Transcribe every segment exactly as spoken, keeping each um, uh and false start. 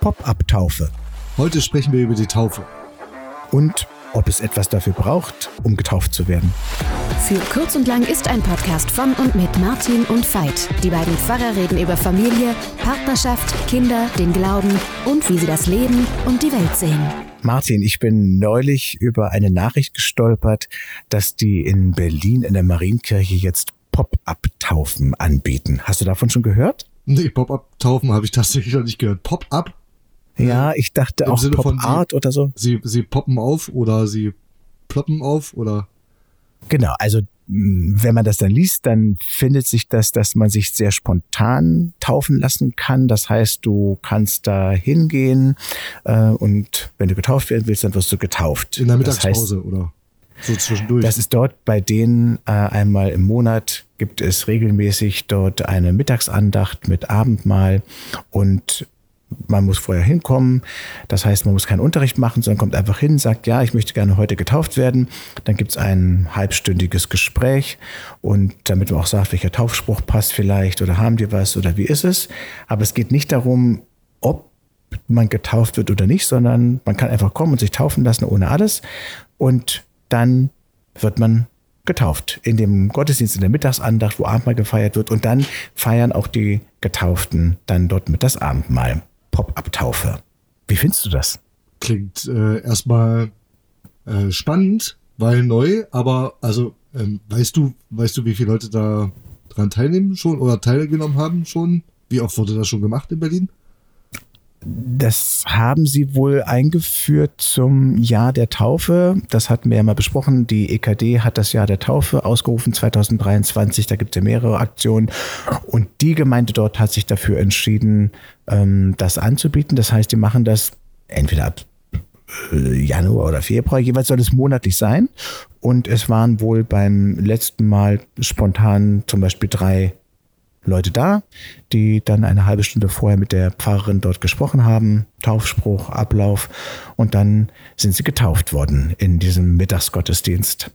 Pop-up-Taufe. Heute sprechen wir über die Taufe. Und ob es etwas dafür braucht, um getauft zu werden. Für Kurz und Lang ist ein Podcast von und mit Martin und Veit. Die beiden Pfarrer reden über Familie, Partnerschaft, Kinder, den Glauben und wie sie das Leben und die Welt sehen. Martin, ich bin neulich über eine Nachricht gestolpert, dass die in Berlin in der Marienkirche jetzt Pop-up-Taufen anbieten. Hast du davon schon gehört? Nee, Pop-up-Taufen habe ich tatsächlich noch nicht gehört. Pop-up? Ja, ich dachte auch Pop-Art oder so. Sie, sie poppen auf oder sie ploppen auf oder? Genau, also wenn man das dann liest, dann findet sich das, dass man sich sehr spontan taufen lassen kann. Das heißt, du kannst da hingehen äh, und wenn du getauft werden willst, dann wirst du getauft. In der Mittagspause, das heißt, oder so zwischendurch? Das ist dort bei denen äh, einmal im Monat gibt es regelmäßig dort eine Mittagsandacht mit Abendmahl und man muss vorher hinkommen, das heißt, man muss keinen Unterricht machen, sondern kommt einfach hin, sagt, ja, ich möchte gerne heute getauft werden. Dann gibt es ein halbstündiges Gespräch und damit man auch sagt, welcher Taufspruch passt vielleicht oder haben die was oder wie ist es. Aber es geht nicht darum, ob man getauft wird oder nicht, sondern man kann einfach kommen und sich taufen lassen ohne alles und dann wird man getauft in dem Gottesdienst, in der Mittagsandacht, wo Abendmahl gefeiert wird und dann feiern auch die Getauften dann dort mit das Abendmahl. Pop-up-Taufe. Wie findest du das? Klingt äh, erstmal äh, spannend, weil neu, aber also ähm, weißt du, weißt du, wie viele Leute da dran teilnehmen schon oder teilgenommen haben schon? Wie oft wurde das schon gemacht in Berlin? Das haben sie wohl eingeführt zum Jahr der Taufe. Das hatten wir ja mal besprochen. Die E K D hat das Jahr der Taufe ausgerufen zwanzig dreiundzwanzig. Da gibt es ja mehrere Aktionen. Und die Gemeinde dort hat sich dafür entschieden, das anzubieten. Das heißt, die machen das entweder ab Januar oder Februar. Jeweils soll es monatlich sein. Und es waren wohl beim letzten Mal spontan zum Beispiel drei Leute da, die dann eine halbe Stunde vorher mit der Pfarrerin dort gesprochen haben, Taufspruch, Ablauf und dann sind sie getauft worden in diesem Mittagsgottesdienst.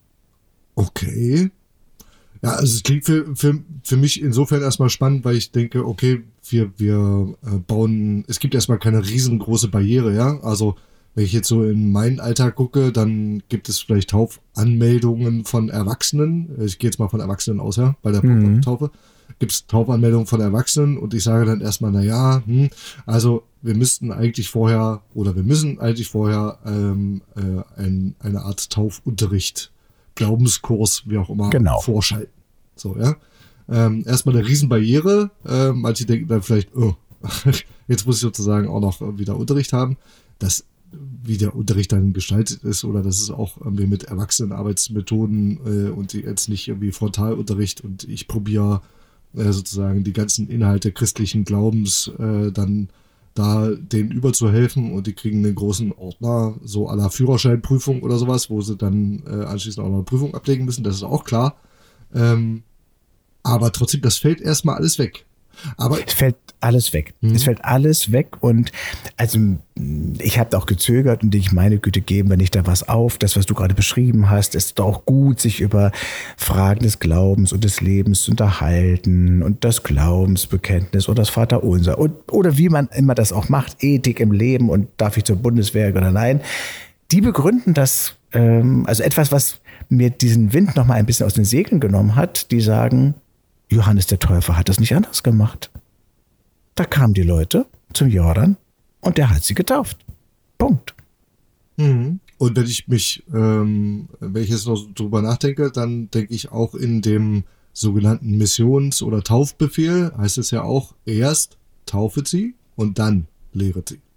Okay. Ja, also es klingt für, für, für mich insofern erstmal spannend, weil ich denke, okay, wir, wir bauen, es gibt erstmal keine riesengroße Barriere, ja, also wenn ich jetzt so in meinen Alltag gucke, dann gibt es vielleicht Taufanmeldungen von Erwachsenen, ich gehe jetzt mal von Erwachsenen aus, ja, bei der Mhm. Taufe. Gibt es Taufanmeldungen von Erwachsenen und ich sage dann erstmal, na ja, hm, also wir müssten eigentlich vorher oder wir müssen eigentlich vorher ähm, äh, ein, eine Art Taufunterricht, Glaubenskurs, wie auch immer, Genau. vorschalten. So, ja. Ähm, erstmal eine Riesenbarriere. Äh, manche denken dann vielleicht, oh, jetzt muss ich sozusagen auch noch wieder Unterricht haben. Das, wie der Unterricht dann gestaltet ist oder dass es auch irgendwie mit Erwachsenenarbeitsmethoden äh, und die jetzt nicht irgendwie Frontalunterricht und ich probiere sozusagen die ganzen Inhalte christlichen Glaubens äh, dann da denen überzuhelfen und die kriegen einen großen Ordner, so à la Führerscheinprüfung oder sowas, wo sie dann äh, anschließend auch noch eine Prüfung ablegen müssen, das ist auch klar. Ähm, aber trotzdem, das fällt erstmal alles weg. Aber es fällt alles weg. Mhm. Es fällt alles weg und also ich habe auch gezögert und ich meine Güte geben wir nicht da was auf. Das, was du gerade beschrieben hast, ist doch gut, sich über Fragen des Glaubens und des Lebens zu unterhalten und das Glaubensbekenntnis oder das Vaterunser und, oder wie man immer das auch macht, Ethik im Leben und darf ich zur Bundeswehr oder nein. Die begründen das, ähm, also etwas, was mir diesen Wind noch mal ein bisschen aus den Segeln genommen hat, die sagen, Johannes der Täufer hat das nicht anders gemacht. Da kamen die Leute zum Jordan und der hat sie getauft. Punkt. Und wenn ich mich, ähm, wenn ich jetzt noch drüber nachdenke, dann denke ich auch in dem sogenannten Missions- oder Taufbefehl heißt es ja auch, erst taufet sie und dann lehret sie.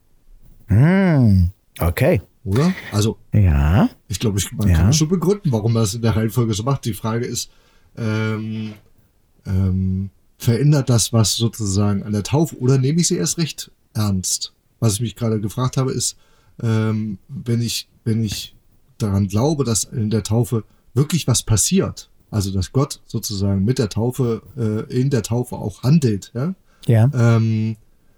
Hm, okay. Oder? Also, ja. Ich glaube, ich, man ja. kann schon begründen, warum man das in der Reihenfolge so macht. Die Frage ist, ähm, ähm, verändert das was sozusagen an der Taufe oder nehme ich sie erst recht ernst? Was ich mich gerade gefragt habe, ist, ähm, wenn ich, wenn ich daran glaube, dass in der Taufe wirklich was passiert, also dass Gott sozusagen mit der Taufe, äh, in der Taufe auch handelt, ja, ja. Ähm,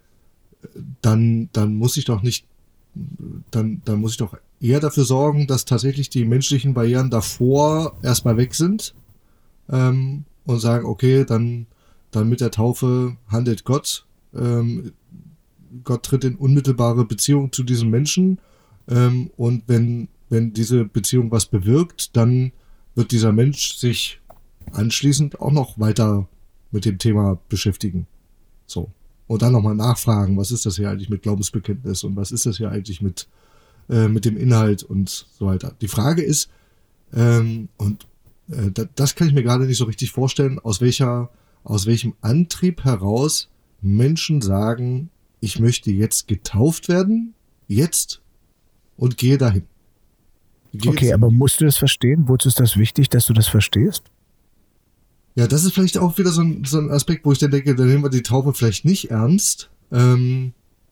dann, dann muss ich doch nicht, dann, dann muss ich doch eher dafür sorgen, dass tatsächlich die menschlichen Barrieren davor erstmal weg sind, ähm, und sagen, okay, dann, dann mit der Taufe handelt Gott, ähm, Gott tritt in unmittelbare Beziehung zu diesem Menschen ähm, und wenn, wenn diese Beziehung was bewirkt, dann wird dieser Mensch sich anschließend auch noch weiter mit dem Thema beschäftigen. So. Und dann nochmal nachfragen, was ist das hier eigentlich mit Glaubensbekenntnis und was ist das hier eigentlich mit, äh, mit dem Inhalt und so weiter. Die Frage ist, ähm, und äh, das kann ich mir gerade nicht so richtig vorstellen, aus welcher, aus welchem Antrieb heraus Menschen sagen, ich möchte jetzt getauft werden, jetzt, und gehe dahin. Gehe okay, aber musst du das verstehen? Wozu ist das wichtig, dass du das verstehst? Ja, das ist vielleicht auch wieder so ein, so ein Aspekt, wo ich dann denke, dann nehmen wir die Taufe vielleicht nicht ernst, ähm,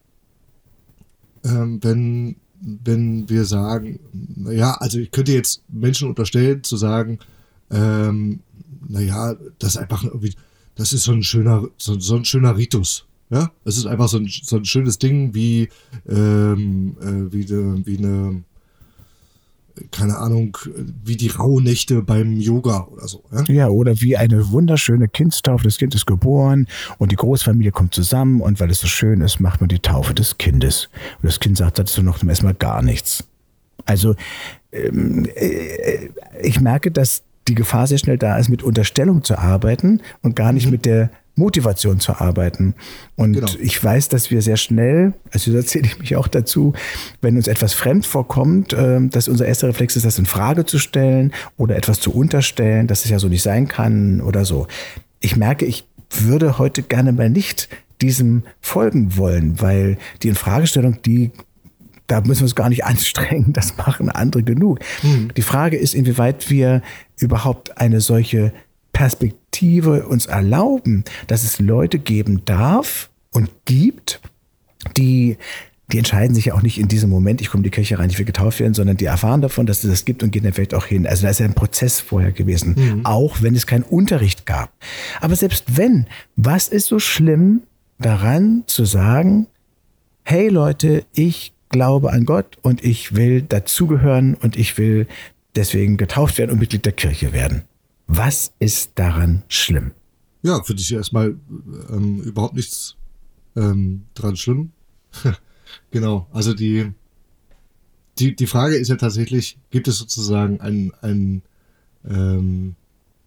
ähm, wenn, wenn wir sagen, naja, also ich könnte jetzt Menschen unterstellen, zu sagen, ähm, naja, das ist einfach irgendwie, das ist so ein schöner, so, so ein schöner Ritus. Ja, es ist einfach so ein, so ein schönes Ding wie, ähm, äh, wie, de, wie eine, keine Ahnung, wie die Rauhnächte beim Yoga oder so. Ja? Ja, oder wie eine wunderschöne Kindstaufe. Das Kind ist geboren und die Großfamilie kommt zusammen und weil es so schön ist, macht man die Taufe des Kindes. Und das Kind sagt dazu noch erstmal gar nichts. Also ähm, äh, ich merke, dass die Gefahr sehr schnell da ist, mit Unterstellung zu arbeiten und gar nicht mhm. mit der Motivation zu arbeiten. Und genau. ich weiß, dass wir sehr schnell, also da zähle ich mich auch dazu, wenn uns etwas fremd vorkommt, dass unser erster Reflex ist, das in Frage zu stellen oder etwas zu unterstellen, dass es ja so nicht sein kann oder so. Ich merke, ich würde heute gerne mal nicht diesem folgen wollen, weil die Infragestellung, die da müssen wir uns gar nicht anstrengen, das machen andere genug. Mhm. Die Frage ist, inwieweit wir überhaupt eine solche Perspektive uns erlauben, dass es Leute geben darf und gibt, die, die entscheiden sich ja auch nicht in diesem Moment, ich komme in die Kirche rein, ich will getauft werden, sondern die erfahren davon, dass es das gibt und gehen dann vielleicht auch hin. Also da ist ja ein Prozess vorher gewesen, mhm. auch wenn es keinen Unterricht gab. Aber selbst wenn, was ist so schlimm daran zu sagen, hey Leute, ich glaube an Gott und ich will dazugehören und ich will deswegen getauft werden und Mitglied der Kirche werden. Was ist daran schlimm? Ja, finde ich erstmal ähm, überhaupt nichts ähm, dran schlimm. Genau, also die, die, die Frage ist ja tatsächlich, gibt es sozusagen ein, ein ähm,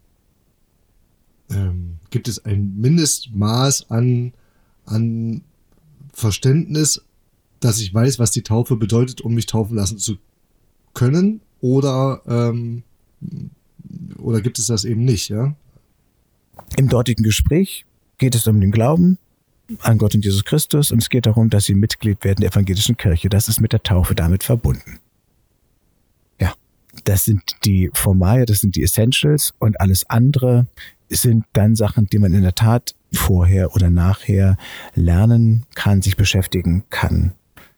ähm, gibt es ein Mindestmaß an, an Verständnis, dass ich weiß, was die Taufe bedeutet, um mich taufen lassen zu können, oder ähm, oder gibt es das eben nicht, ja? Im dortigen Gespräch geht es um den Glauben an Gott und Jesus Christus und es geht darum, dass sie Mitglied werden der evangelischen Kirche. Das ist mit der Taufe damit verbunden. Ja, das sind die Formalien, das sind die Essentials und alles andere sind dann Sachen, die man in der Tat vorher oder nachher lernen kann, sich beschäftigen kann.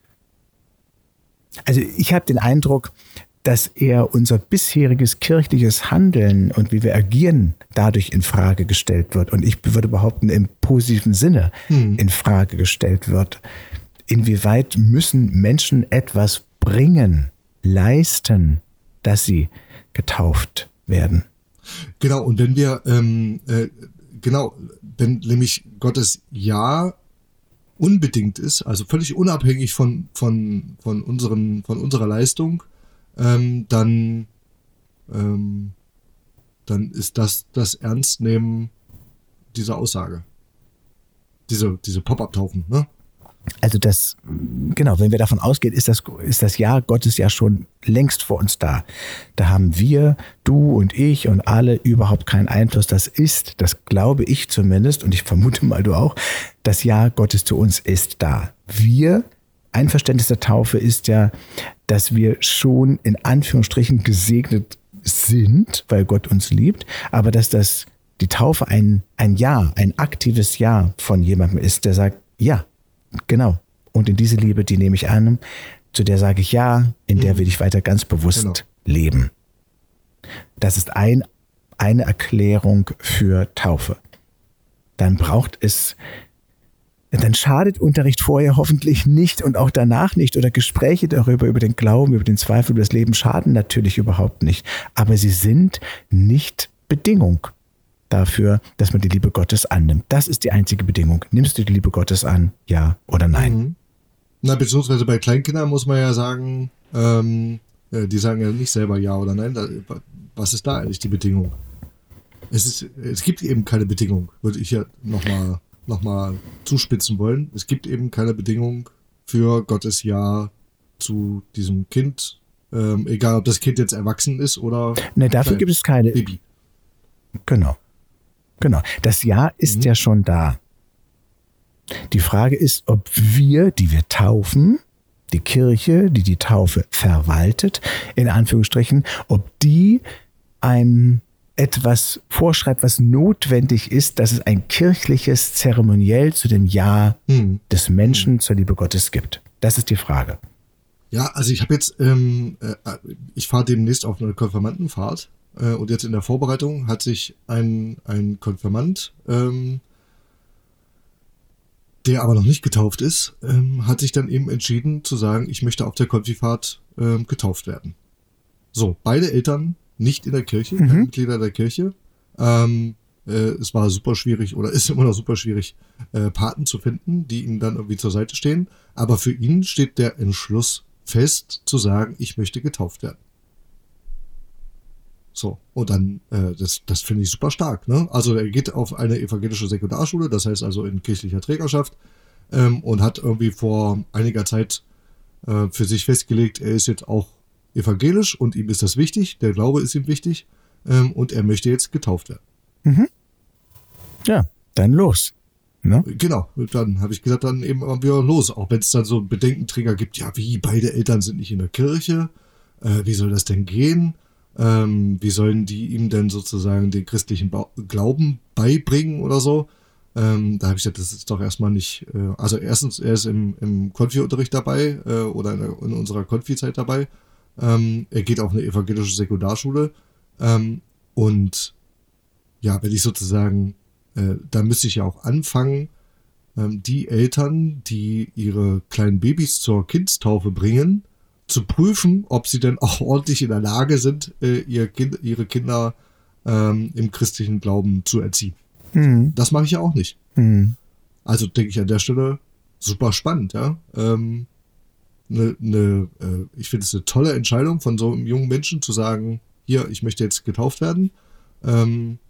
Also ich habe den Eindruck, dass eher unser bisheriges kirchliches Handeln und wie wir agieren dadurch in Frage gestellt wird. Und ich würde behaupten, im positiven Sinne hm. in Frage gestellt wird. Inwieweit müssen Menschen etwas bringen, leisten, dass sie getauft werden? Genau, und wenn wir, ähm, äh, genau, wenn nämlich Gottes Ja unbedingt ist, also völlig unabhängig von, von, von, unseren, von unserer Leistung, Ähm, dann, ähm, dann ist das das Ernstnehmen dieser Aussage. Diese, diese Pop-Up-Taufen, ne? Also das, genau, wenn wir davon ausgehen, ist das, ist das Ja Gottes ja schon längst vor uns da. Da haben wir, du und ich und alle überhaupt keinen Einfluss. Das ist, das glaube ich zumindest, und ich vermute mal du auch, das Ja Gottes zu uns ist da. Wir, ein Verständnis der Taufe ist ja, dass wir schon in Anführungsstrichen gesegnet sind, weil Gott uns liebt, aber dass das, die Taufe ein, ein Ja, ein aktives Ja von jemandem ist, der sagt, ja, genau. Und in diese Liebe, die nehme ich an, zu der sage ich ja, in der will ich weiter ganz bewusst genau. leben. Das ist ein, eine Erklärung für Taufe. Dann braucht es Dann schadet Unterricht vorher hoffentlich nicht und auch danach nicht oder Gespräche darüber, über den Glauben, über den Zweifel, über das Leben schaden natürlich überhaupt nicht. Aber sie sind nicht Bedingung. dafür, dass man die Liebe Gottes annimmt. Das ist die einzige Bedingung. Nimmst du die Liebe Gottes an, ja oder nein? Mhm. Na, beziehungsweise bei Kleinkindern muss man ja sagen, ähm, die sagen ja nicht selber ja oder nein. Da, was ist da eigentlich die Bedingung? Es, ist, es gibt eben keine Bedingung, würde ich ja nochmal noch mal zuspitzen wollen. Es gibt eben keine Bedingung für Gottes Ja zu diesem Kind, ähm, egal ob das Kind jetzt erwachsen ist oder Ne, dafür gibt es keine. Baby. Genau. Genau. Das Ja ist mhm. ja schon da. Die Frage ist, ob wir, die wir taufen, die Kirche, die die Taufe verwaltet, in Anführungsstrichen, ob die ein etwas vorschreibt, was notwendig ist, dass es ein kirchliches Zeremoniell zu dem Ja hm. des Menschen hm. zur Liebe Gottes gibt. Das ist die Frage. Ja, also ich habe jetzt, ähm, äh, ich fahre demnächst auf eine Konfirmandenfahrt äh, und jetzt in der Vorbereitung hat sich ein, ein Konfirmand, ähm, der aber noch nicht getauft ist, ähm, hat sich dann eben entschieden zu sagen, ich möchte auf der Konfifahrt ähm, getauft werden. So, beide Eltern nicht in der Kirche, mhm. keine Mitglieder der Kirche. Ähm, äh, es war super schwierig oder ist immer noch super schwierig, äh, Paten zu finden, die ihm dann irgendwie zur Seite stehen. Aber für ihn steht der Entschluss fest, zu sagen, ich möchte getauft werden. So, und dann, äh, das, das finde ich super stark, ne? Also er geht auf eine evangelische Sekundarschule, das heißt also in kirchlicher Trägerschaft, ähm, und hat irgendwie vor einiger Zeit äh, für sich festgelegt, er ist jetzt auch evangelisch und ihm ist das wichtig, der Glaube ist ihm wichtig, ähm, und er möchte jetzt getauft werden. Mhm. Ja, dann los. Ne? Genau, dann habe ich gesagt, dann eben wieder los, auch wenn es dann so Bedenkenträger gibt, ja wie, beide Eltern sind nicht in der Kirche, äh, wie soll das denn gehen? Ähm, wie sollen die ihm denn sozusagen den christlichen ba- Glauben beibringen oder so? Ähm, da habe ich gesagt, das ist doch erstmal nicht, äh, also erstens, er ist im, im Konfi-Unterricht dabei äh, oder in, in unserer Konfi-Zeit dabei. Ähm, er geht auf eine evangelische Sekundarschule ähm, und ja, wenn ich sozusagen, äh, da müsste ich ja auch anfangen, ähm, die Eltern, die ihre kleinen Babys zur Kindstaufe bringen, zu prüfen, ob sie denn auch ordentlich in der Lage sind, äh, ihr kind, ihre Kinder ähm, im christlichen Glauben zu erziehen. Mhm. Das mache ich ja auch nicht. Mhm. Also denke ich an der Stelle super spannend, ja. Ähm, ne, ne, äh, ich finde es eine tolle Entscheidung von so einem jungen Menschen zu sagen, hier, ich möchte jetzt getauft werden. Ähm,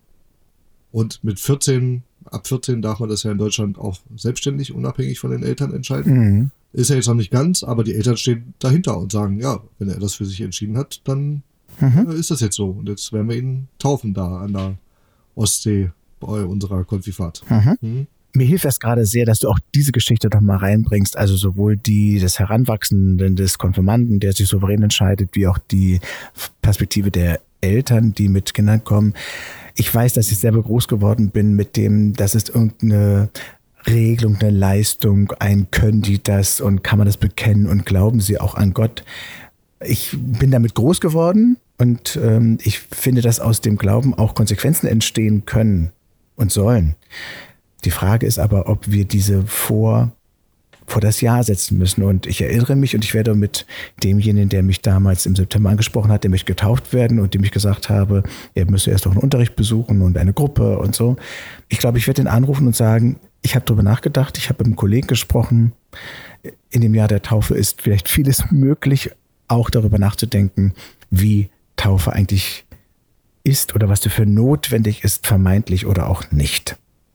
und mit vierzehn, ab vierzehn darf man das ja in Deutschland auch selbstständig, unabhängig von den Eltern entscheiden. Mhm. Ist er jetzt noch nicht ganz, aber die Eltern stehen dahinter und sagen, ja, wenn er das für sich entschieden hat, dann mhm. ist das jetzt so. Und jetzt werden wir ihn taufen da an der Ostsee bei unserer Konfifahrt. Mhm. Mhm. Mir hilft das gerade sehr, dass du auch diese Geschichte doch mal reinbringst, also sowohl die des Heranwachsenden, des Konfirmanden, der sich souverän entscheidet, wie auch die Perspektive der Eltern, die mit Kindern kommen. Ich weiß, dass ich selber groß geworden bin mit dem, das ist irgendeine Regelung, eine Leistung, ein können die das und kann man das bekennen und glauben sie auch an Gott. Ich bin damit groß geworden und ähm, ich finde, dass aus dem Glauben auch Konsequenzen entstehen können und sollen. Die Frage ist aber, ob wir diese vor, vor das Ja setzen müssen. Und ich erinnere mich und ich werde mit demjenigen, der mich damals im September angesprochen hat, der möchte getauft werden und dem ich gesagt habe, er müsse erst noch einen Unterricht besuchen und eine Gruppe und so. Ich glaube, ich werde ihn anrufen und sagen, ich habe darüber nachgedacht, ich habe mit einem Kollegen gesprochen. In dem Jahr der Taufe ist vielleicht vieles möglich, auch darüber nachzudenken, wie Taufe eigentlich ist oder was dafür notwendig ist, vermeintlich oder auch nicht.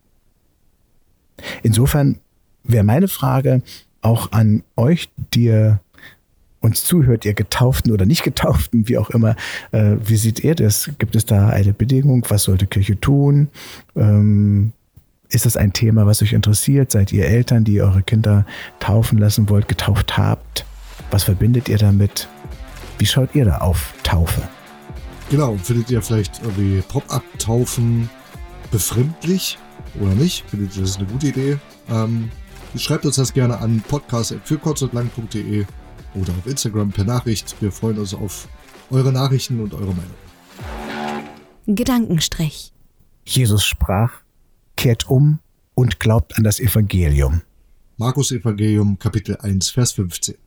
Insofern wäre meine Frage auch an euch, die ihr uns zuhört, ihr Getauften oder nicht Getauften, wie auch immer, äh, wie seht ihr das? Gibt es da eine Bedingung? Was sollte Kirche tun? Ähm, Ist das ein Thema, was euch interessiert? Seid ihr Eltern, die eure Kinder taufen lassen wollt, getauft habt? Was verbindet ihr damit? Wie schaut ihr da auf Taufe? Genau, findet ihr vielleicht irgendwie Pop-Up-Taufen befremdlich oder nicht? Findet ihr das eine gute Idee? Ähm, schreibt uns das gerne an podcast at für kurz und lang punkt de oder auf Instagram per Nachricht. Wir freuen uns auf eure Nachrichten und eure Meinung. Gedankenstrich. Jesus sprach, kehrt um und glaubt an das Evangelium. Markus Evangelium, Kapitel eins, Vers fünfzehn.